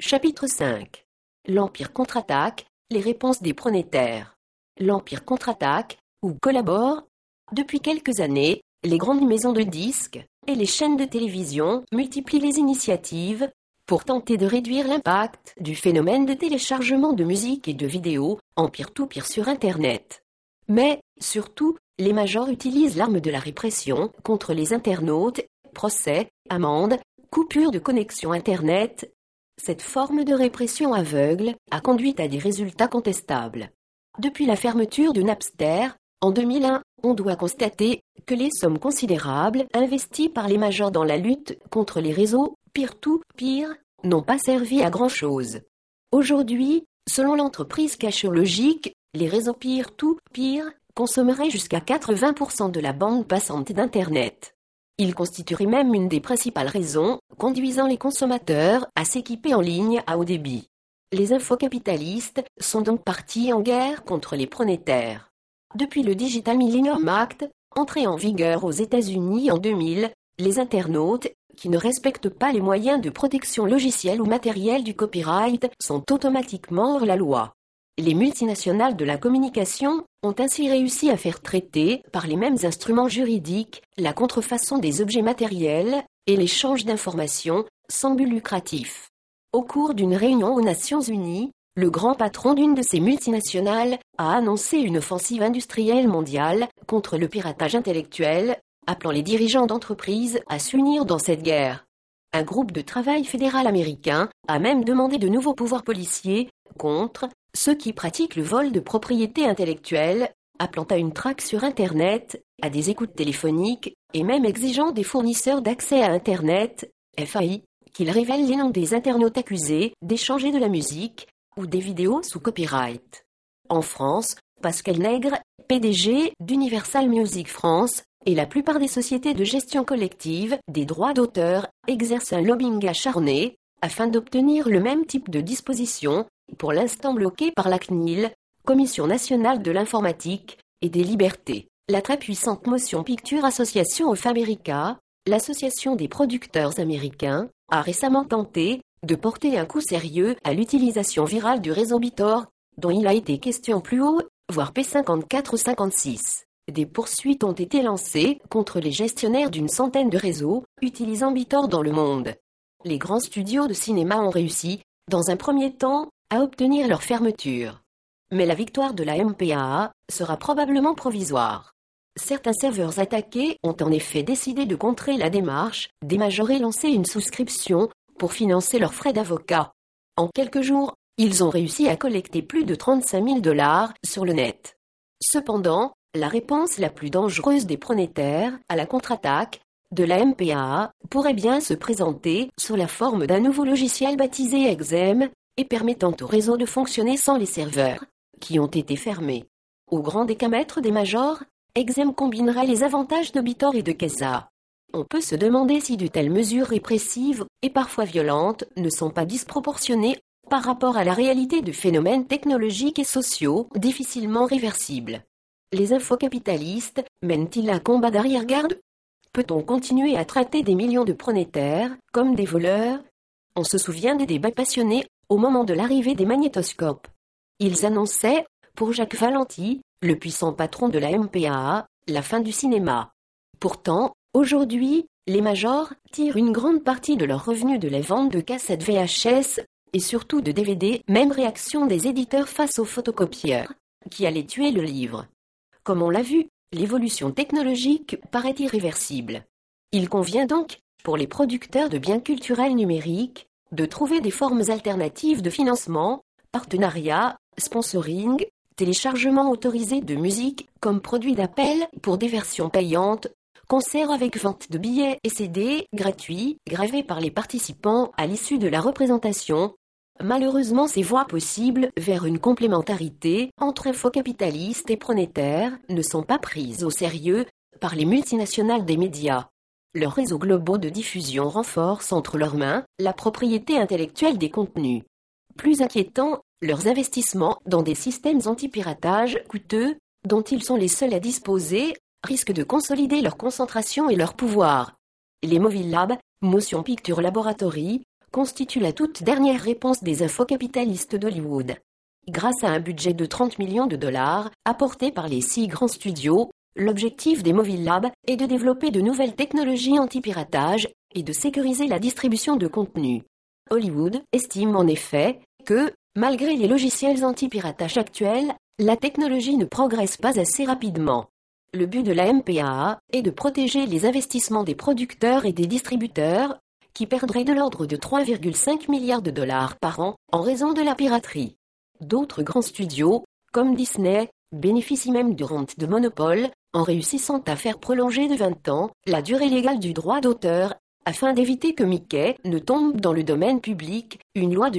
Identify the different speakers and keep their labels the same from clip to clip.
Speaker 1: Chapitre 5. L'Empire contre-attaque, les réponses des pronétaires. L'Empire contre-attaque, ou collabore. Depuis quelques années, les grandes maisons de disques et les chaînes de télévision multiplient les initiatives pour tenter de réduire l'impact du phénomène de téléchargement de musique et de vidéos en peer-to-peer sur Internet. Mais, surtout, les majors utilisent l'arme de la répression contre les internautes, procès, amendes, coupures de connexion Internet. Cette forme de répression aveugle a conduit à des résultats contestables. Depuis la fermeture de Napster, en 2001, on doit constater que les sommes considérables investies par les majors dans la lutte contre les réseaux peer-to-peer n'ont pas servi à grand-chose. Aujourd'hui, selon l'entreprise Cachologic, les réseaux peer-to-peer consommeraient jusqu'à 80% de la bande passante d'Internet. Ils constitueraient même une des principales raisons conduisant les consommateurs à s'équiper en ligne à haut débit. Les infocapitalistes sont donc partis en guerre contre les pronétaires. Depuis le Digital Millennium Act, entré en vigueur aux États-Unis en 2000, les internautes, qui ne respectent pas les moyens de protection logicielle ou matérielle du copyright, sont automatiquement hors la loi. Les multinationales de la communication ont ainsi réussi à faire traiter, par les mêmes instruments juridiques, la contrefaçon des objets matériels et l'échange d'informations sans but lucratif. Au cours d'une réunion aux Nations Unies, le grand patron d'une de ces multinationales a annoncé une offensive industrielle mondiale contre le piratage intellectuel, appelant les dirigeants d'entreprises à s'unir dans cette guerre. Un groupe de travail fédéral américain a même demandé de nouveaux pouvoirs policiers contre ceux qui pratiquent le vol de propriété intellectuelle, appelant à une traque sur Internet, à des écoutes téléphoniques, et même exigeant des fournisseurs d'accès à Internet, FAI, qu'ils révèlent les noms des internautes accusés d'échanger de la musique ou des vidéos sous copyright. En France, Pascal Nègre, PDG d'Universal Music France, et la plupart des sociétés de gestion collective des droits d'auteur exercent un lobbying acharné afin d'obtenir le même type de dispositions, pour l'instant bloquées par la CNIL, Commission nationale de l'informatique et des libertés. La très puissante Motion Picture Association of America, l'association des producteurs américains, a récemment tenté de porter un coup sérieux à l'utilisation virale du réseau BitTorrent, dont il a été question plus haut, voire P54 ou 56. Des poursuites ont été lancées contre les gestionnaires d'une centaine de réseaux utilisant BitTorrent dans le monde. Les grands studios de cinéma ont réussi, dans un premier temps, à obtenir leur fermeture. Mais la victoire de la MPAA sera probablement provisoire. Certains serveurs attaqués ont en effet décidé de contrer la démarche des majors et lancer une souscription pour financer leurs frais d'avocat. En quelques jours, ils ont réussi à collecter plus de 35 000 $ sur le net. Cependant, la réponse la plus dangereuse des pronétaires à la contre-attaque de la MPAA pourrait bien se présenter sous la forme d'un nouveau logiciel baptisé Exem et permettant au réseau de fonctionner sans les serveurs, qui ont été fermés. Au grand décamètre des majors, Exem combinerait les avantages de BitTorrent et de Kazaa. On peut se demander si de telles mesures répressives et parfois violentes ne sont pas disproportionnées par rapport à la réalité de phénomènes technologiques et sociaux difficilement réversibles. Les infocapitalistes mènent-ils un combat d'arrière-garde ? Peut-on continuer à traiter des millions de pronétaires comme des voleurs ? On se souvient des débats passionnés au moment de l'arrivée des magnétoscopes. Ils annonçaient, pour Jacques Valenti, le puissant patron de la MPAA, la fin du cinéma. Pourtant, aujourd'hui, les majors tirent une grande partie de leurs revenus de la vente de cassettes VHS et surtout de DVD, même réaction des éditeurs face aux photocopieurs, qui allaient tuer le livre. Comme on l'a vu, l'évolution technologique paraît irréversible. Il convient donc, pour les producteurs de biens culturels numériques, de trouver des formes alternatives de financement, partenariat, sponsoring, téléchargement autorisé de musique comme produit d'appel pour des versions payantes, concerts avec vente de billets et CD gratuits gravés par les participants à l'issue de la représentation. Malheureusement, ces voies possibles vers une complémentarité entre infocapitalistes et pronétaires ne sont pas prises au sérieux par les multinationales des médias. Leurs réseaux globaux de diffusion renforcent entre leurs mains la propriété intellectuelle des contenus. Plus inquiétant, leurs investissements dans des systèmes anti-piratage coûteux, dont ils sont les seuls à disposer, risquent de consolider leur concentration et leur pouvoir. Les Movie Lab, Motion Picture Laboratory, constitue la toute dernière réponse des infocapitalistes d'Hollywood. Grâce à un budget de 30 millions de dollars, apporté par les 6 grands studios, l'objectif des Movie Labs est de développer de nouvelles technologies anti-piratage et de sécuriser la distribution de contenu. Hollywood estime en effet que, malgré les logiciels anti-piratage actuels, la technologie ne progresse pas assez rapidement. Le but de la MPAA est de protéger les investissements des producteurs et des distributeurs, qui perdraient de l'ordre de 3,5 milliards de dollars par an en raison de la piraterie. D'autres grands studios, comme Disney, bénéficient même de rentes de monopole, en réussissant à faire prolonger de 20 ans la durée légale du droit d'auteur, afin d'éviter que Mickey ne tombe dans le domaine public, une loi de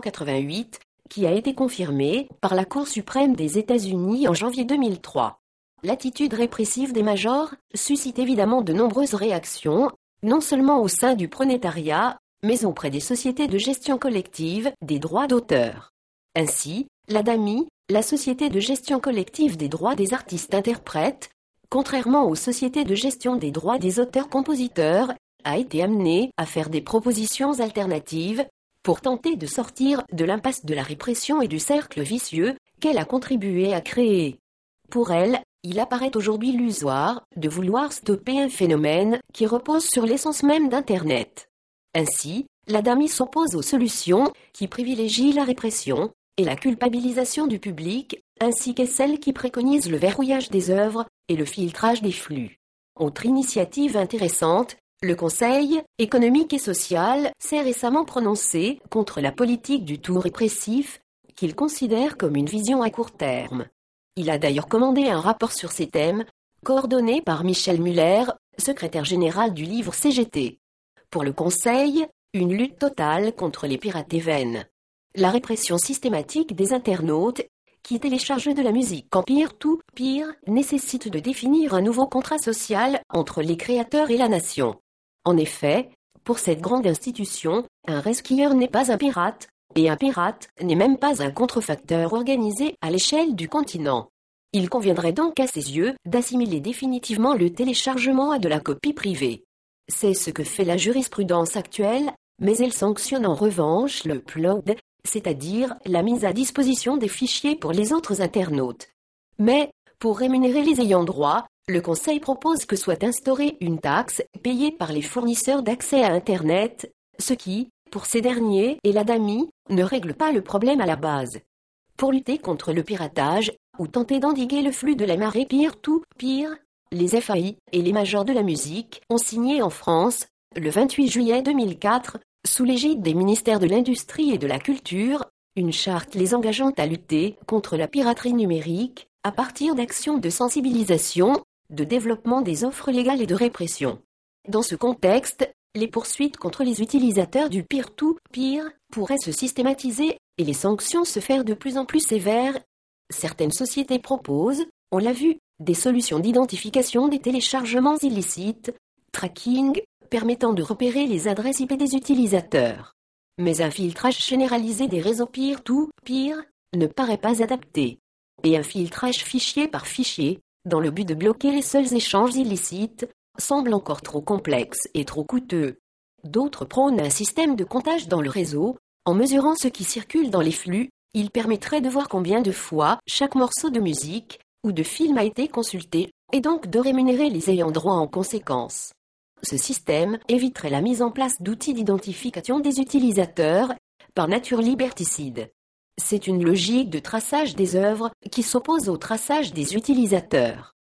Speaker 1: 1988, qui a été confirmée par la Cour suprême des États-Unis en janvier 2003. L'attitude répressive des majors suscite évidemment de nombreuses réactions, non seulement au sein du pronétariat, mais auprès des sociétés de gestion collective des droits d'auteur. Ainsi, la DAMI, la Société de gestion collective des droits des artistes-interprètes, contrairement aux sociétés de gestion des droits des auteurs-compositeurs, a été amenée à faire des propositions alternatives pour tenter de sortir de l'impasse de la répression et du cercle vicieux qu'elle a contribué à créer. Pour elle, il apparaît aujourd'hui illusoire de vouloir stopper un phénomène qui repose sur l'essence même d'Internet. Ainsi, la DAMI s'oppose aux solutions qui privilégient la répression et la culpabilisation du public, ainsi qu'à celles qui préconisent le verrouillage des œuvres et le filtrage des flux. Autre initiative intéressante, le Conseil économique et social s'est récemment prononcé contre la politique du tout répressif, qu'il considère comme une vision à court terme. Il a d'ailleurs commandé un rapport sur ces thèmes, coordonné par Michel Muller, secrétaire général du livre CGT. Pour le Conseil, une lutte totale contre les pirates est vaine. La répression systématique des internautes, qui téléchargent de la musique en peer-to-peer, nécessite de définir un nouveau contrat social entre les créateurs et la nation. En effet, pour cette grande institution, un resquilleur n'est pas un pirate, et un pirate n'est même pas un contrefacteur organisé à l'échelle du continent. Il conviendrait donc à ses yeux d'assimiler définitivement le téléchargement à de la copie privée. C'est ce que fait la jurisprudence actuelle, mais elle sanctionne en revanche le upload, c'est-à-dire la mise à disposition des fichiers pour les autres internautes. Mais, pour rémunérer les ayants droit, le Conseil propose que soit instaurée une taxe payée par les fournisseurs d'accès à Internet, ce qui, pour ces derniers et la DAMI, ne règle pas le problème à la base. Pour lutter contre le piratage, ou tenter d'endiguer le flux de la marée peer-to-peer, les FAI et les majors de la musique ont signé en France, le 28 juillet 2004, sous l'égide des ministères de l'Industrie et de la Culture, une charte les engageant à lutter contre la piraterie numérique, à partir d'actions de sensibilisation, de développement des offres légales et de répression. Dans ce contexte, les poursuites contre les utilisateurs du peer-to-peer pourraient se systématiser et les sanctions se faire de plus en plus sévères. Certaines sociétés proposent, on l'a vu, des solutions d'identification des téléchargements illicites, tracking, permettant de repérer les adresses IP des utilisateurs. Mais un filtrage généralisé des réseaux peer-to-peer ne paraît pas adapté. Et un filtrage fichier par fichier, dans le but de bloquer les seuls échanges illicites, semble encore trop complexe et trop coûteux. D'autres prônent un système de comptage dans le réseau. En mesurant ce qui circule dans les flux, il permettrait de voir combien de fois chaque morceau de musique ou de film a été consulté, et donc de rémunérer les ayants droit en conséquence. Ce système éviterait la mise en place d'outils d'identification des utilisateurs, par nature liberticide. C'est une logique de traçage des œuvres qui s'oppose au traçage des utilisateurs.